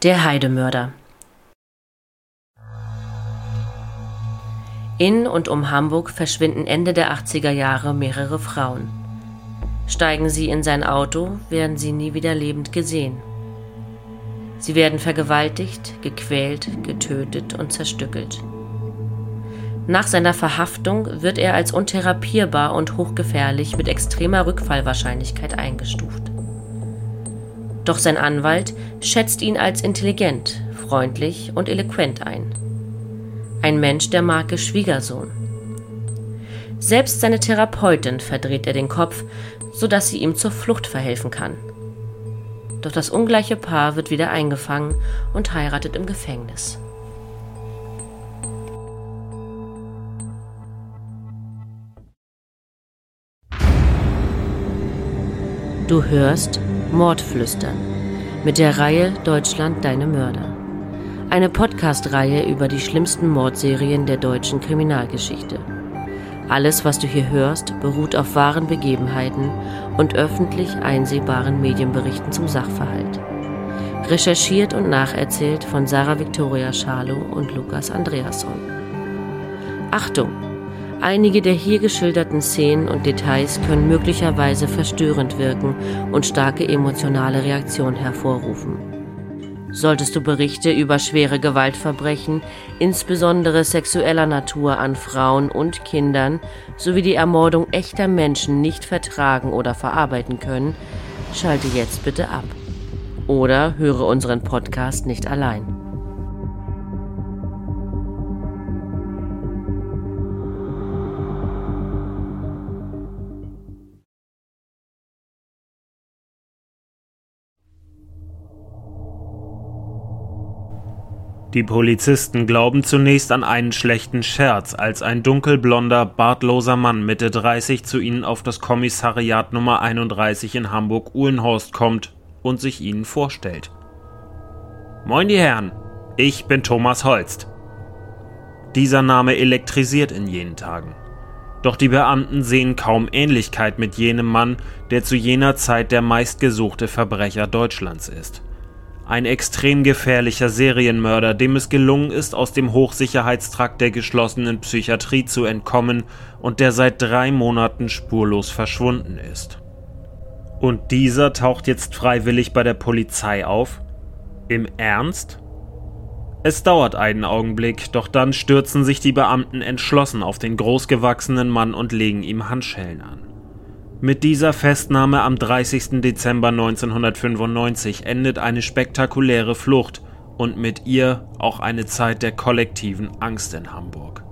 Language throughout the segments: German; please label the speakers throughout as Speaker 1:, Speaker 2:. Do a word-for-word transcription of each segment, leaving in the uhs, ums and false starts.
Speaker 1: Der Heidemörder. In und um Hamburg verschwinden Ende der achtziger Jahre mehrere Frauen. Steigen sie in sein Auto, werden sie nie wieder lebend gesehen. Sie werden vergewaltigt, gequält, getötet und zerstückelt. Nach seiner Verhaftung wird er als untherapierbar und hochgefährlich mit extremer Rückfallwahrscheinlichkeit eingestuft. Doch sein Anwalt schätzt ihn als intelligent, freundlich und eloquent ein. Ein Mensch der Marke Schwiegersohn. Selbst seine Therapeutin verdreht er den Kopf, sodass sie ihm zur Flucht verhelfen kann. Doch das ungleiche Paar wird wieder eingefangen und heiratet im Gefängnis. Du hörst Mordflüstern mit der Reihe Deutschland deine Mörder. Eine Podcast-Reihe über die schlimmsten Mordserien der deutschen Kriminalgeschichte. Alles, was du hier hörst, beruht auf wahren Begebenheiten und öffentlich einsehbaren Medienberichten zum Sachverhalt. Recherchiert und nacherzählt von Sarah Victoria Schalow und Lukas Andreasson. Achtung! Einige der hier geschilderten Szenen und Details können möglicherweise verstörend wirken und starke emotionale Reaktionen hervorrufen. Solltest du Berichte über schwere Gewaltverbrechen, insbesondere sexueller Natur an Frauen und Kindern, sowie die Ermordung echter Menschen nicht vertragen oder verarbeiten können, schalte jetzt bitte ab. Oder höre unseren Podcast nicht allein.
Speaker 2: Die Polizisten glauben zunächst an einen schlechten Scherz, als ein dunkelblonder, bartloser Mann Mitte dreißig zu ihnen auf das Kommissariat Nummer einunddreißig in Hamburg-Uhlenhorst kommt und sich ihnen vorstellt. Moin die Herren, ich bin Thomas Holst. Dieser Name elektrisiert in jenen Tagen. Doch die Beamten sehen kaum Ähnlichkeit mit jenem Mann, der zu jener Zeit der meistgesuchte Verbrecher Deutschlands ist. Ein extrem gefährlicher Serienmörder, dem es gelungen ist, aus dem Hochsicherheitstrakt der geschlossenen Psychiatrie zu entkommen und der seit drei Monaten spurlos verschwunden ist. Und dieser taucht jetzt freiwillig bei der Polizei auf? Im Ernst? Es dauert einen Augenblick, doch dann stürzen sich die Beamten entschlossen auf den großgewachsenen Mann und legen ihm Handschellen an. Mit dieser Festnahme am dreißigsten Dezember neunzehnhundertfünfundneunzig endet eine spektakuläre Flucht und mit ihr auch eine Zeit der kollektiven Angst in Hamburg.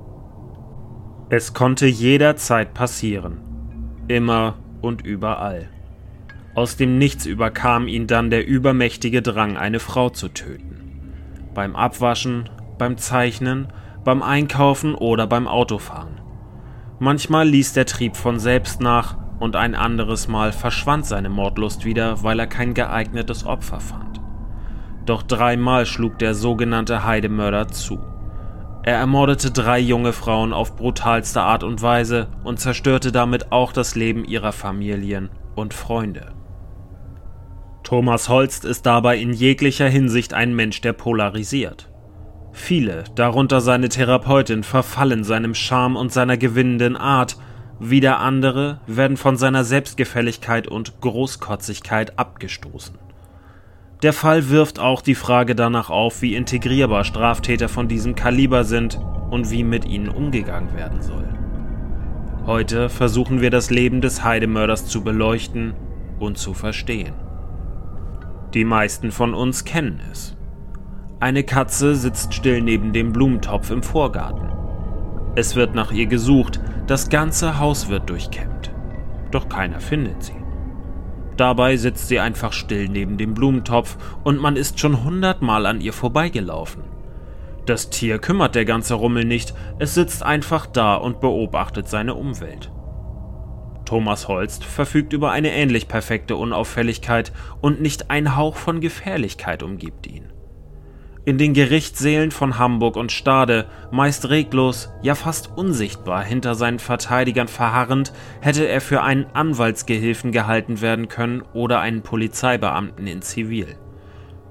Speaker 2: Es konnte jederzeit passieren. Immer und überall. Aus dem Nichts überkam ihn dann der übermächtige Drang, eine Frau zu töten. Beim Abwaschen, beim Zeichnen, beim Einkaufen oder beim Autofahren. Manchmal ließ der Trieb von selbst nach, und ein anderes Mal verschwand seine Mordlust wieder, weil er kein geeignetes Opfer fand. Doch dreimal schlug der sogenannte Heidemörder zu. Er ermordete drei junge Frauen auf brutalste Art und Weise und zerstörte damit auch das Leben ihrer Familien und Freunde. Thomas Holst ist dabei in jeglicher Hinsicht ein Mensch, der polarisiert. Viele, darunter seine Therapeutin, verfallen seinem Charme und seiner gewinnenden Art. Wieder andere werden von seiner Selbstgefälligkeit und Großkotzigkeit abgestoßen. Der Fall wirft auch die Frage danach auf, wie integrierbar Straftäter von diesem Kaliber sind und wie mit ihnen umgegangen werden soll. Heute versuchen wir das Leben des Heidemörders zu beleuchten und zu verstehen. Die meisten von uns kennen es. Eine Katze sitzt still neben dem Blumentopf im Vorgarten. Es wird nach ihr gesucht, das ganze Haus wird durchkämmt. Doch keiner findet sie. Dabei sitzt sie einfach still neben dem Blumentopf und man ist schon hundertmal an ihr vorbeigelaufen. Das Tier kümmert der ganze Rummel nicht, es sitzt einfach da und beobachtet seine Umwelt. Thomas Holst verfügt über eine ähnlich perfekte Unauffälligkeit und nicht ein Hauch von Gefährlichkeit umgibt ihn. In den Gerichtssälen von Hamburg und Stade, meist reglos, ja fast unsichtbar hinter seinen Verteidigern verharrend, hätte er für einen Anwaltsgehilfen gehalten werden können oder einen Polizeibeamten in Zivil.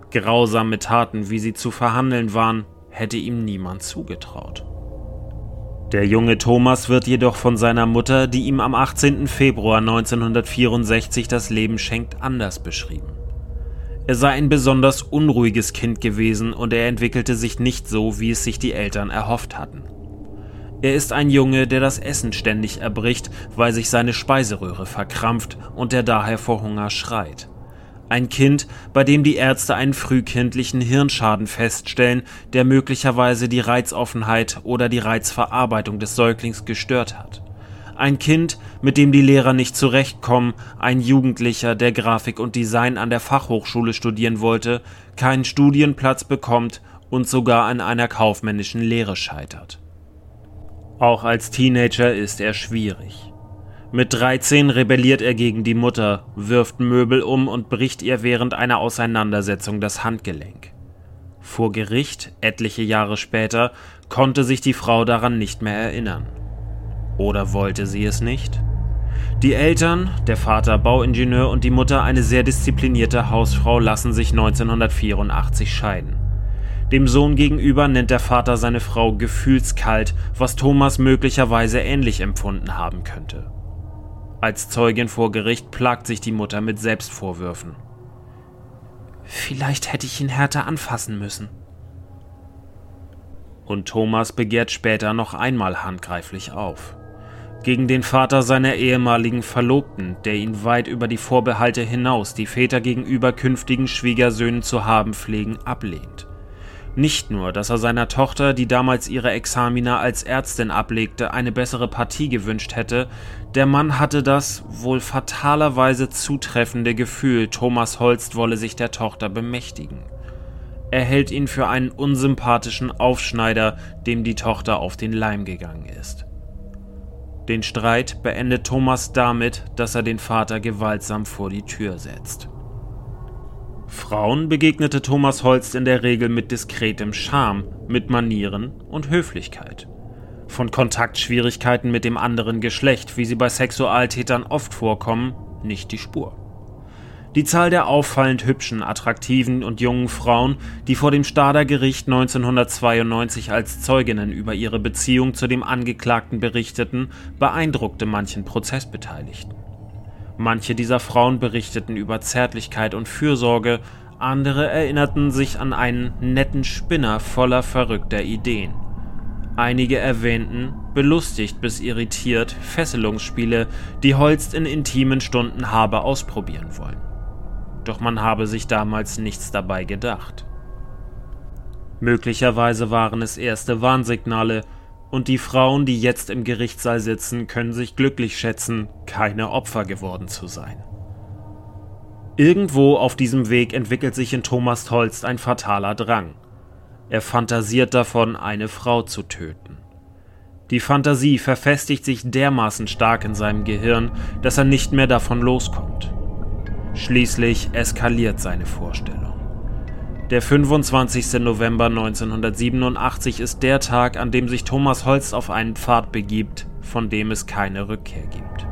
Speaker 2: Grausame Taten, wie sie zu verhandeln waren, hätte ihm niemand zugetraut. Der junge Thomas wird jedoch von seiner Mutter, die ihm am achtzehnten Februar neunzehnhundertvierundsechzig das Leben schenkt, anders beschrieben. Er sei ein besonders unruhiges Kind gewesen und er entwickelte sich nicht so, wie es sich die Eltern erhofft hatten. Er ist ein Junge, der das Essen ständig erbricht, weil sich seine Speiseröhre verkrampft und der daher vor Hunger schreit. Ein Kind, bei dem die Ärzte einen frühkindlichen Hirnschaden feststellen, der möglicherweise die Reizoffenheit oder die Reizverarbeitung des Säuglings gestört hat. Ein Kind, mit dem die Lehrer nicht zurechtkommen, ein Jugendlicher, der Grafik und Design an der Fachhochschule studieren wollte, keinen Studienplatz bekommt und sogar an einer kaufmännischen Lehre scheitert. Auch als Teenager ist er schwierig. Mit dreizehn rebelliert er gegen die Mutter, wirft Möbel um und bricht ihr während einer Auseinandersetzung das Handgelenk. Vor Gericht, etliche Jahre später, konnte sich die Frau daran nicht mehr erinnern. Oder wollte sie es nicht? Die Eltern, der Vater Bauingenieur und die Mutter eine sehr disziplinierte Hausfrau, lassen sich neunzehnhundertvierundachtzig scheiden. Dem Sohn gegenüber nennt der Vater seine Frau gefühlskalt, was Thomas möglicherweise ähnlich empfunden haben könnte. Als Zeugin vor Gericht plagt sich die Mutter mit Selbstvorwürfen. Vielleicht hätte ich ihn härter anfassen müssen. Und Thomas begehrt später noch einmal handgreiflich auf. Gegen den Vater seiner ehemaligen Verlobten, der ihn weit über die Vorbehalte hinaus, die Väter gegenüber künftigen Schwiegersöhnen zu haben pflegen, ablehnt. Nicht nur, dass er seiner Tochter, die damals ihre Examina als Ärztin ablegte, eine bessere Partie gewünscht hätte, der Mann hatte das wohl fatalerweise zutreffende Gefühl, Thomas Holst wolle sich der Tochter bemächtigen. Er hält ihn für einen unsympathischen Aufschneider, dem die Tochter auf den Leim gegangen ist. Den Streit beendet Thomas damit, dass er den Vater gewaltsam vor die Tür setzt. Frauen begegnete Thomas Holst in der Regel mit diskretem Charme, mit Manieren und Höflichkeit. Von Kontaktschwierigkeiten mit dem anderen Geschlecht, wie sie bei Sexualtätern oft vorkommen, nicht die Spur. Die Zahl der auffallend hübschen, attraktiven und jungen Frauen, die vor dem Stader Gericht neunzehnhundertzweiundneunzig als Zeuginnen über ihre Beziehung zu dem Angeklagten berichteten, beeindruckte manchen Prozessbeteiligten. Manche dieser Frauen berichteten über Zärtlichkeit und Fürsorge, andere erinnerten sich an einen netten Spinner voller verrückter Ideen. Einige erwähnten, belustigt bis irritiert, Fesselungsspiele, die Holst in intimen Stunden habe ausprobieren wollen. Doch man habe sich damals nichts dabei gedacht. Möglicherweise waren es erste Warnsignale, und die Frauen, die jetzt im Gerichtssaal sitzen, können sich glücklich schätzen, keine Opfer geworden zu sein. Irgendwo auf diesem Weg entwickelt sich in Thomas Holst ein fataler Drang. Er fantasiert davon, eine Frau zu töten. Die Fantasie verfestigt sich dermaßen stark in seinem Gehirn, dass er nicht mehr davon loskommt. Schließlich eskaliert seine Vorstellung. Der fünfundzwanzigste November neunzehnhundertsiebenundachtzig ist der Tag, an dem sich Thomas Holst auf einen Pfad begibt, von dem es keine Rückkehr gibt.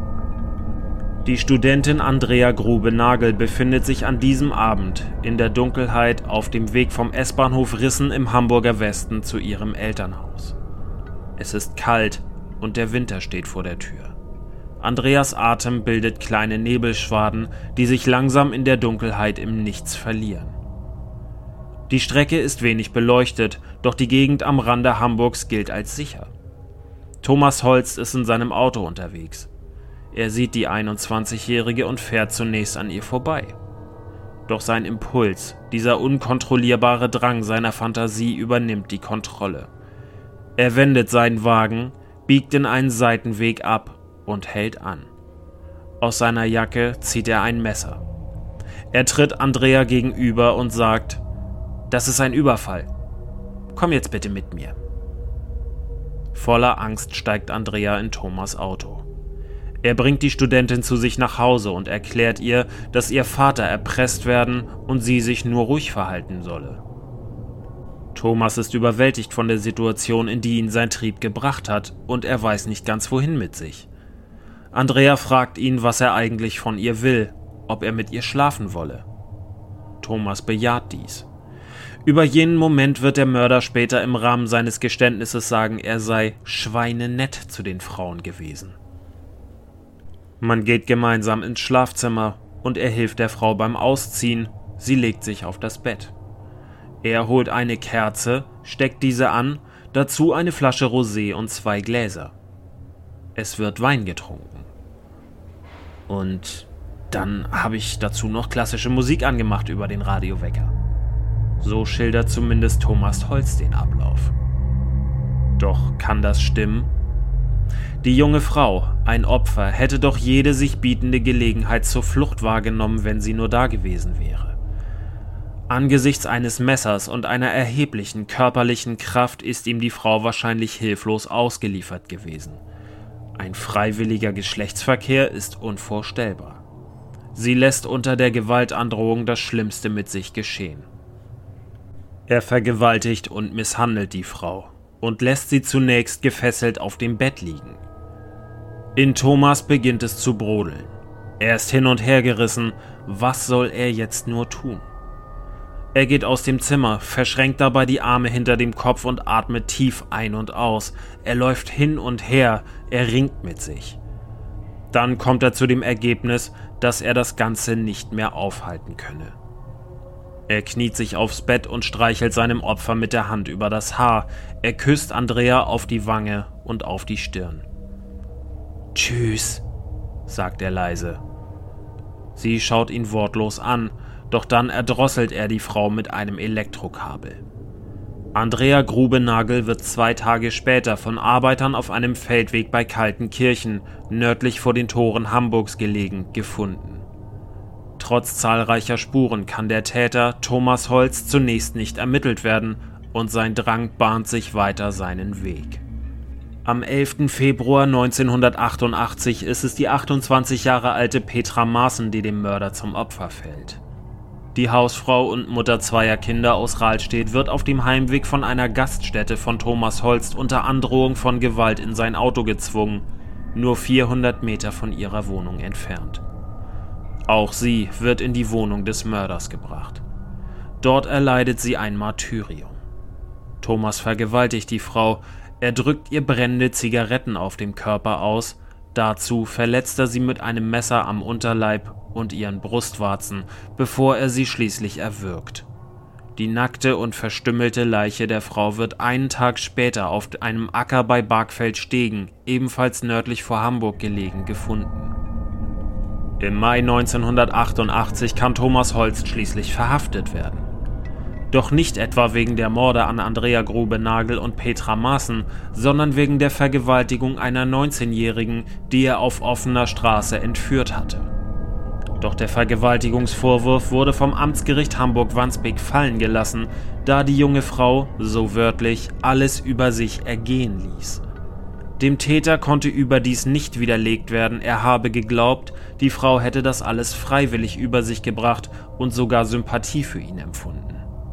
Speaker 2: Die Studentin Andrea Grube-Nagel befindet sich an diesem Abend in der Dunkelheit auf dem Weg vom S-Bahnhof Rissen im Hamburger Westen zu ihrem Elternhaus. Es ist kalt und der Winter steht vor der Tür. Andreas Atem bildet kleine Nebelschwaden, die sich langsam in der Dunkelheit im Nichts verlieren. Die Strecke ist wenig beleuchtet, doch die Gegend am Rande Hamburgs gilt als sicher. Thomas Holst ist in seinem Auto unterwegs. Er sieht die einundzwanzigjährige und fährt zunächst an ihr vorbei. Doch sein Impuls, dieser unkontrollierbare Drang seiner Fantasie übernimmt die Kontrolle. Er wendet seinen Wagen, biegt in einen Seitenweg ab und hält an. Aus seiner Jacke zieht er ein Messer. Er tritt Andrea gegenüber und sagt: Das ist ein Überfall. Komm jetzt bitte mit mir. Voller Angst steigt Andrea in Thomas Auto. Er bringt die Studentin zu sich nach Hause und erklärt ihr, dass ihr Vater erpresst werden und sie sich nur ruhig verhalten solle. Thomas ist überwältigt von der Situation, in die ihn sein Trieb gebracht hat, und er weiß nicht ganz wohin mit sich. Andrea fragt ihn, was er eigentlich von ihr will, ob er mit ihr schlafen wolle. Thomas bejaht dies. Über jenen Moment wird der Mörder später im Rahmen seines Geständnisses sagen, er sei schweinenett zu den Frauen gewesen. Man geht gemeinsam ins Schlafzimmer und er hilft der Frau beim Ausziehen, sie legt sich auf das Bett. Er holt eine Kerze, steckt diese an, dazu eine Flasche Rosé und zwei Gläser. Es wird Wein getrunken. Und dann habe ich dazu noch klassische Musik angemacht über den Radiowecker. So schildert zumindest Thomas Holst den Ablauf. Doch kann das stimmen? Die junge Frau, ein Opfer, hätte doch jede sich bietende Gelegenheit zur Flucht wahrgenommen, wenn sie nur da gewesen wäre. Angesichts eines Messers und einer erheblichen körperlichen Kraft ist ihm die Frau wahrscheinlich hilflos ausgeliefert gewesen. Ein freiwilliger Geschlechtsverkehr ist unvorstellbar. Sie lässt unter der Gewaltandrohung das Schlimmste mit sich geschehen. Er vergewaltigt und misshandelt die Frau und lässt sie zunächst gefesselt auf dem Bett liegen. In Thomas beginnt es zu brodeln. Er ist hin und her gerissen, was soll er jetzt nur tun? Er geht aus dem Zimmer, verschränkt dabei die Arme hinter dem Kopf und atmet tief ein und aus. Er läuft hin und her, er ringt mit sich. Dann kommt er zu dem Ergebnis, dass er das Ganze nicht mehr aufhalten könne. Er kniet sich aufs Bett und streichelt seinem Opfer mit der Hand über das Haar. Er küsst Andrea auf die Wange und auf die Stirn. »Tschüss«, sagt er leise. Sie schaut ihn wortlos an, doch dann erdrosselt er die Frau mit einem Elektrokabel. Andrea Grubenagel wird zwei Tage später von Arbeitern auf einem Feldweg bei Kaltenkirchen, nördlich vor den Toren Hamburgs gelegen, gefunden. Trotz zahlreicher Spuren kann der Täter Thomas Holst zunächst nicht ermittelt werden und sein Drang bahnt sich weiter seinen Weg. Am elften Februar neunzehnhundertachtundachtzig ist es die achtundzwanzig Jahre alte Petra Maaßen, die dem Mörder zum Opfer fällt. Die Hausfrau und Mutter zweier Kinder aus Rahlstedt wird auf dem Heimweg von einer Gaststätte von Thomas Holst unter Androhung von Gewalt in sein Auto gezwungen, nur vierhundert Meter von ihrer Wohnung entfernt. Auch sie wird in die Wohnung des Mörders gebracht. Dort erleidet sie ein Martyrium. Thomas vergewaltigt die Frau, er drückt ihr brennende Zigaretten auf dem Körper aus, dazu verletzt er sie mit einem Messer am Unterleib und ihren Brustwarzen, bevor er sie schließlich erwürgt. Die nackte und verstümmelte Leiche der Frau wird einen Tag später auf einem Acker bei Bargfeld-Stegen, ebenfalls nördlich vor Hamburg gelegen, gefunden. Im Mai neunzehnhundertachtundachtzig kann Thomas Holst schließlich verhaftet werden. Doch nicht etwa wegen der Morde an Andrea Grubenagel und Petra Maaßen, sondern wegen der Vergewaltigung einer neunzehnjährigen, die er auf offener Straße entführt hatte. Doch der Vergewaltigungsvorwurf wurde vom Amtsgericht Hamburg-Wandsbek fallen gelassen, da die junge Frau, so wörtlich, alles über sich ergehen ließ. Dem Täter konnte überdies nicht widerlegt werden, er habe geglaubt, die Frau hätte das alles freiwillig über sich gebracht und sogar Sympathie für ihn empfunden.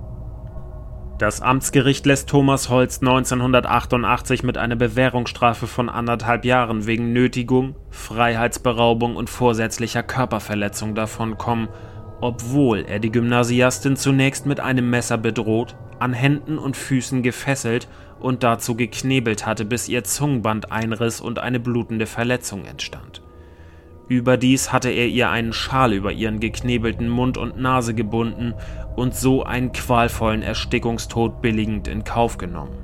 Speaker 2: Das Amtsgericht lässt Thomas Holst neunzehnhundertachtundachtzig mit einer Bewährungsstrafe von anderthalb Jahren wegen Nötigung, Freiheitsberaubung und vorsätzlicher Körperverletzung davonkommen, obwohl er die Gymnasiastin zunächst mit einem Messer bedroht, an Händen und Füßen gefesselt und dazu geknebelt hatte, bis ihr Zungenband einriss und eine blutende Verletzung entstand. Überdies hatte er ihr einen Schal über ihren geknebelten Mund und Nase gebunden und so einen qualvollen Erstickungstod billigend in Kauf genommen.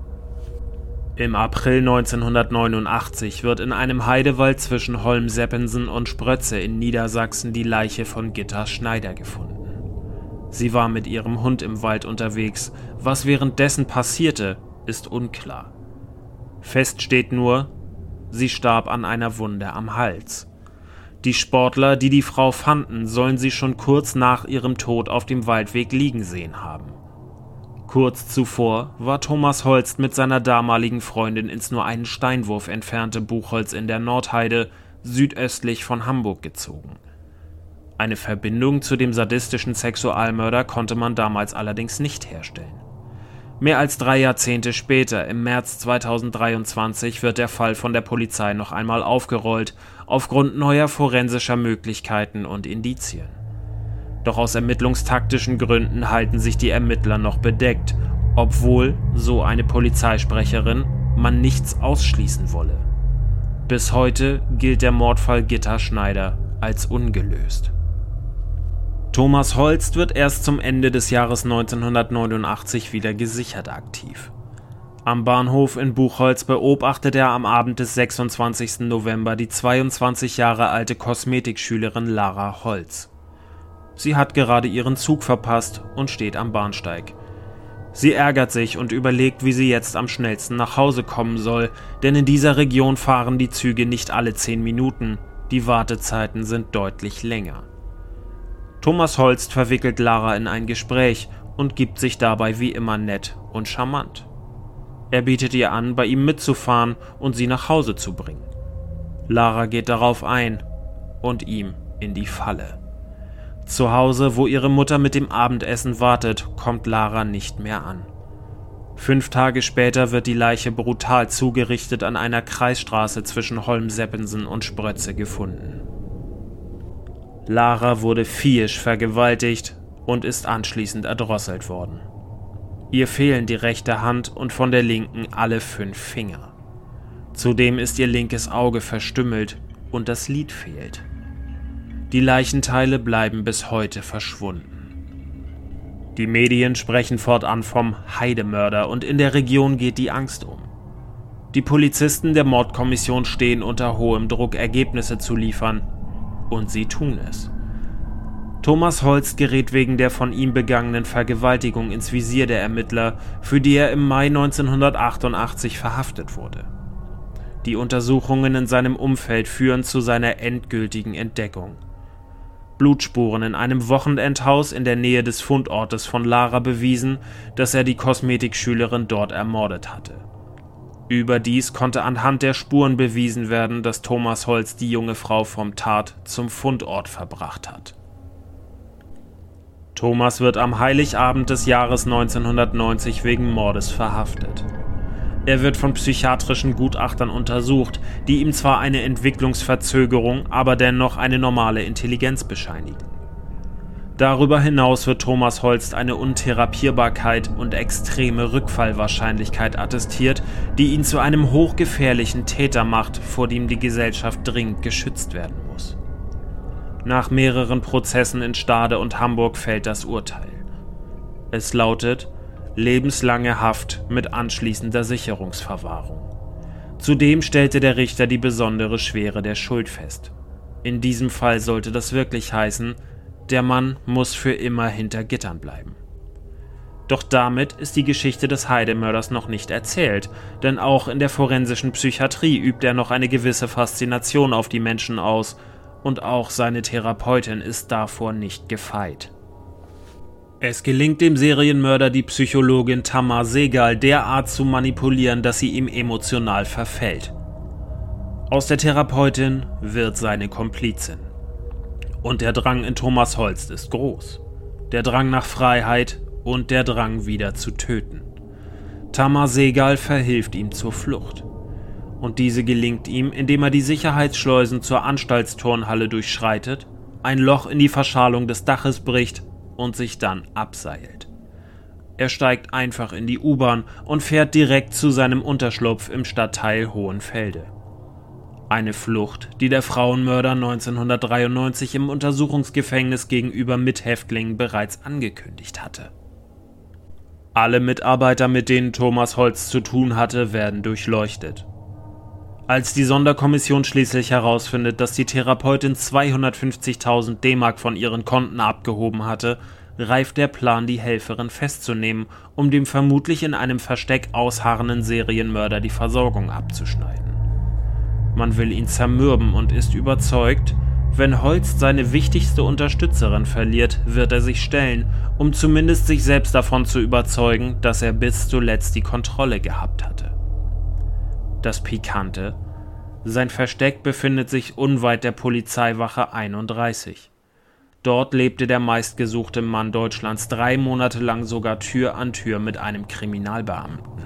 Speaker 2: Im April neunzehnhundertneunundachtzig wird in einem Heidewald zwischen Holm-Seppensen und Sprötze in Niedersachsen die Leiche von Gitta Schneider gefunden. Sie war mit ihrem Hund im Wald unterwegs. Was währenddessen passierte, ist unklar. Fest steht nur, sie starb an einer Wunde am Hals. Die Sportler, die die Frau fanden, sollen sie schon kurz nach ihrem Tod auf dem Waldweg liegen sehen haben. Kurz zuvor war Thomas Holst mit seiner damaligen Freundin ins nur einen Steinwurf entfernte Buchholz in der Nordheide, südöstlich von Hamburg gezogen. Eine Verbindung zu dem sadistischen Sexualmörder konnte man damals allerdings nicht herstellen. Mehr als drei Jahrzehnte später, im März zweitausenddreiundzwanzig, wird der Fall von der Polizei noch einmal aufgerollt, aufgrund neuer forensischer Möglichkeiten und Indizien. Doch aus ermittlungstaktischen Gründen halten sich die Ermittler noch bedeckt, obwohl, so eine Polizeisprecherin, man nichts ausschließen wolle. Bis heute gilt der Mordfall Gitta Schneider als ungelöst. Thomas Holst wird erst zum Ende des Jahres neunzehnhundertneunundachtzig wieder gesichert aktiv. Am Bahnhof in Buchholz beobachtet er am Abend des sechsundzwanzigsten November die zweiundzwanzig Jahre alte Kosmetikschülerin Lara Holz. Sie hat gerade ihren Zug verpasst und steht am Bahnsteig. Sie ärgert sich und überlegt, wie sie jetzt am schnellsten nach Hause kommen soll, denn in dieser Region fahren die Züge nicht alle zehn Minuten, die Wartezeiten sind deutlich länger. Thomas Holst verwickelt Lara in ein Gespräch und gibt sich dabei wie immer nett und charmant. Er bietet ihr an, bei ihm mitzufahren und sie nach Hause zu bringen. Lara geht darauf ein und ihm in die Falle. Zu Hause, wo ihre Mutter mit dem Abendessen wartet, kommt Lara nicht mehr an. Fünf Tage später wird die Leiche brutal zugerichtet an einer Kreisstraße zwischen Holm-Seppensen und Sprötze gefunden. Lara wurde viehisch vergewaltigt und ist anschließend erdrosselt worden. Ihr fehlen die rechte Hand und von der linken alle fünf Finger. Zudem ist ihr linkes Auge verstümmelt und das Lid fehlt. Die Leichenteile bleiben bis heute verschwunden. Die Medien sprechen fortan vom Heidemörder und in der Region geht die Angst um. Die Polizisten der Mordkommission stehen unter hohem Druck, Ergebnisse zu liefern, und sie tun es. Thomas Holst gerät wegen der von ihm begangenen Vergewaltigung ins Visier der Ermittler, für die er im Mai neunzehnhundertachtundachtzig verhaftet wurde. Die Untersuchungen in seinem Umfeld führen zu seiner endgültigen Entdeckung. Blutspuren in einem Wochenendhaus in der Nähe des Fundortes von Lara bewiesen, dass er die Kosmetikschülerin dort ermordet hatte. Überdies konnte anhand der Spuren bewiesen werden, dass Thomas Holst die junge Frau vom Tat zum Fundort verbracht hat. Thomas wird am Heiligabend des Jahres neunzehnhundertneunzig wegen Mordes verhaftet. Er wird von psychiatrischen Gutachtern untersucht, die ihm zwar eine Entwicklungsverzögerung, aber dennoch eine normale Intelligenz bescheinigen. Darüber hinaus wird Thomas Holst eine Untherapierbarkeit und extreme Rückfallwahrscheinlichkeit attestiert, die ihn zu einem hochgefährlichen Täter macht, vor dem die Gesellschaft dringend geschützt werden muss. Nach mehreren Prozessen in Stade und Hamburg fällt das Urteil. Es lautet lebenslange Haft mit anschließender Sicherungsverwahrung. Zudem stellte der Richter die besondere Schwere der Schuld fest. In diesem Fall sollte das wirklich heißen, der Mann muss für immer hinter Gittern bleiben. Doch damit ist die Geschichte des Heidemörders noch nicht erzählt, denn auch in der forensischen Psychiatrie übt er noch eine gewisse Faszination auf die Menschen aus und auch seine Therapeutin ist davor nicht gefeit. Es gelingt dem Serienmörder, die Psychologin Tamar Segal derart zu manipulieren, dass sie ihm emotional verfällt. Aus der Therapeutin wird seine Komplizin. Und der Drang in Thomas Holst ist groß. Der Drang nach Freiheit und der Drang wieder zu töten. Tamar Segal verhilft ihm zur Flucht. Und diese gelingt ihm, indem er die Sicherheitsschleusen zur Anstaltsturnhalle durchschreitet, ein Loch in die Verschalung des Daches bricht und sich dann abseilt. Er steigt einfach in die U-Bahn und fährt direkt zu seinem Unterschlupf im Stadtteil Hohenfelde. Eine Flucht, die der Frauenmörder neunzehnhundertdreiundneunzig im Untersuchungsgefängnis gegenüber Mithäftlingen bereits angekündigt hatte. Alle Mitarbeiter, mit denen Thomas Holst zu tun hatte, werden durchleuchtet. Als die Sonderkommission schließlich herausfindet, dass die Therapeutin zweihundertfünfzigtausend D-Mark von ihren Konten abgehoben hatte, reift der Plan, die Helferin festzunehmen, um dem vermutlich in einem Versteck ausharrenden Serienmörder die Versorgung abzuschneiden. Man will ihn zermürben und ist überzeugt, wenn Holst seine wichtigste Unterstützerin verliert, wird er sich stellen, um zumindest sich selbst davon zu überzeugen, dass er bis zuletzt die Kontrolle gehabt hatte. Das Pikante: sein Versteck befindet sich unweit der Polizeiwache einunddreißig. Dort lebte der meistgesuchte Mann Deutschlands drei Monate lang sogar Tür an Tür mit einem Kriminalbeamten.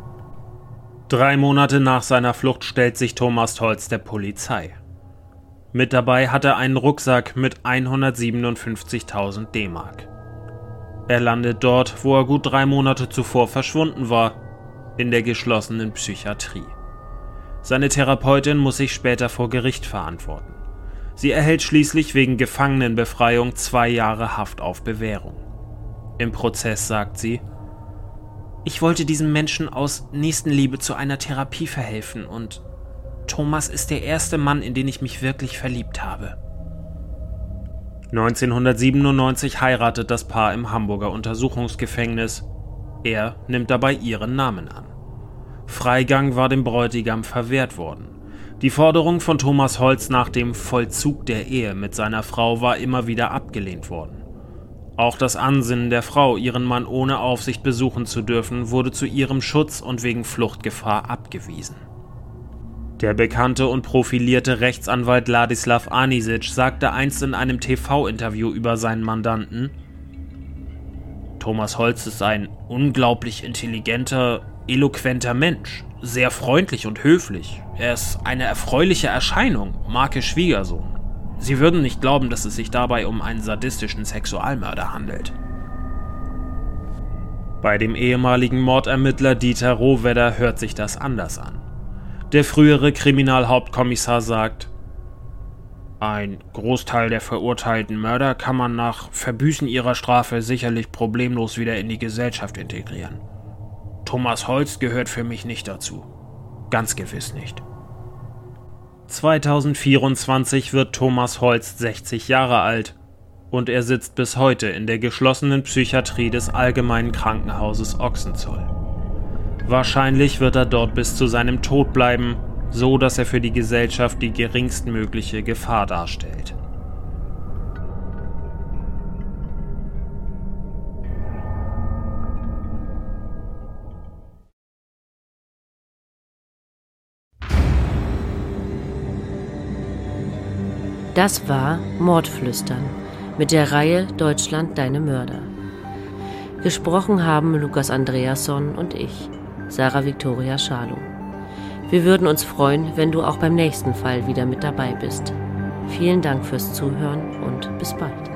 Speaker 2: Drei Monate nach seiner Flucht stellt sich Thomas Holst der Polizei. Mit dabei hat er einen Rucksack mit hundertsiebenundfünfzigtausend D-Mark. Er landet dort, wo er gut drei Monate zuvor verschwunden war, in der geschlossenen Psychiatrie. Seine Therapeutin muss sich später vor Gericht verantworten. Sie erhält schließlich wegen Gefangenenbefreiung zwei Jahre Haft auf Bewährung. Im Prozess sagt sie: Ich wollte diesem Menschen aus Nächstenliebe zu einer Therapie verhelfen und Thomas ist der erste Mann, in den ich mich wirklich verliebt habe. neunzehnhundertsiebenundneunzig heiratet das Paar im Hamburger Untersuchungsgefängnis. Er nimmt dabei ihren Namen an. Freigang war dem Bräutigam verwehrt worden. Die Forderung von Thomas Holst nach dem Vollzug der Ehe mit seiner Frau war immer wieder abgelehnt worden. Auch das Ansinnen der Frau, ihren Mann ohne Aufsicht besuchen zu dürfen, wurde zu ihrem Schutz und wegen Fluchtgefahr abgewiesen. Der bekannte und profilierte Rechtsanwalt Ladislav Anisic sagte einst in einem T V-Interview über seinen Mandanten: Thomas Holst ist ein unglaublich intelligenter, eloquenter Mensch, sehr freundlich und höflich. Er ist eine erfreuliche Erscheinung, Marke Schwiegersohn. Sie würden nicht glauben, dass es sich dabei um einen sadistischen Sexualmörder handelt. Bei dem ehemaligen Mordermittler Dieter Rohwedder hört sich das anders an. Der frühere Kriminalhauptkommissar sagt: Ein Großteil der verurteilten Mörder kann man nach Verbüßen ihrer Strafe sicherlich problemlos wieder in die Gesellschaft integrieren. Thomas Holst gehört für mich nicht dazu. Ganz gewiss nicht. zweitausendvierundzwanzig wird Thomas Holst sechzig Jahre alt und er sitzt bis heute in der geschlossenen Psychiatrie des Allgemeinen Krankenhauses Ochsenzoll. Wahrscheinlich wird er dort bis zu seinem Tod bleiben, so dass er für die Gesellschaft die geringstmögliche Gefahr darstellt.
Speaker 1: Das war Mordflüstern mit der Reihe Deutschland deine Mörder. Gesprochen haben Lukas Andreasson und ich, Sarah Viktoria Schalow. Wir würden uns freuen, wenn du auch beim nächsten Fall wieder mit dabei bist. Vielen Dank fürs Zuhören und bis bald.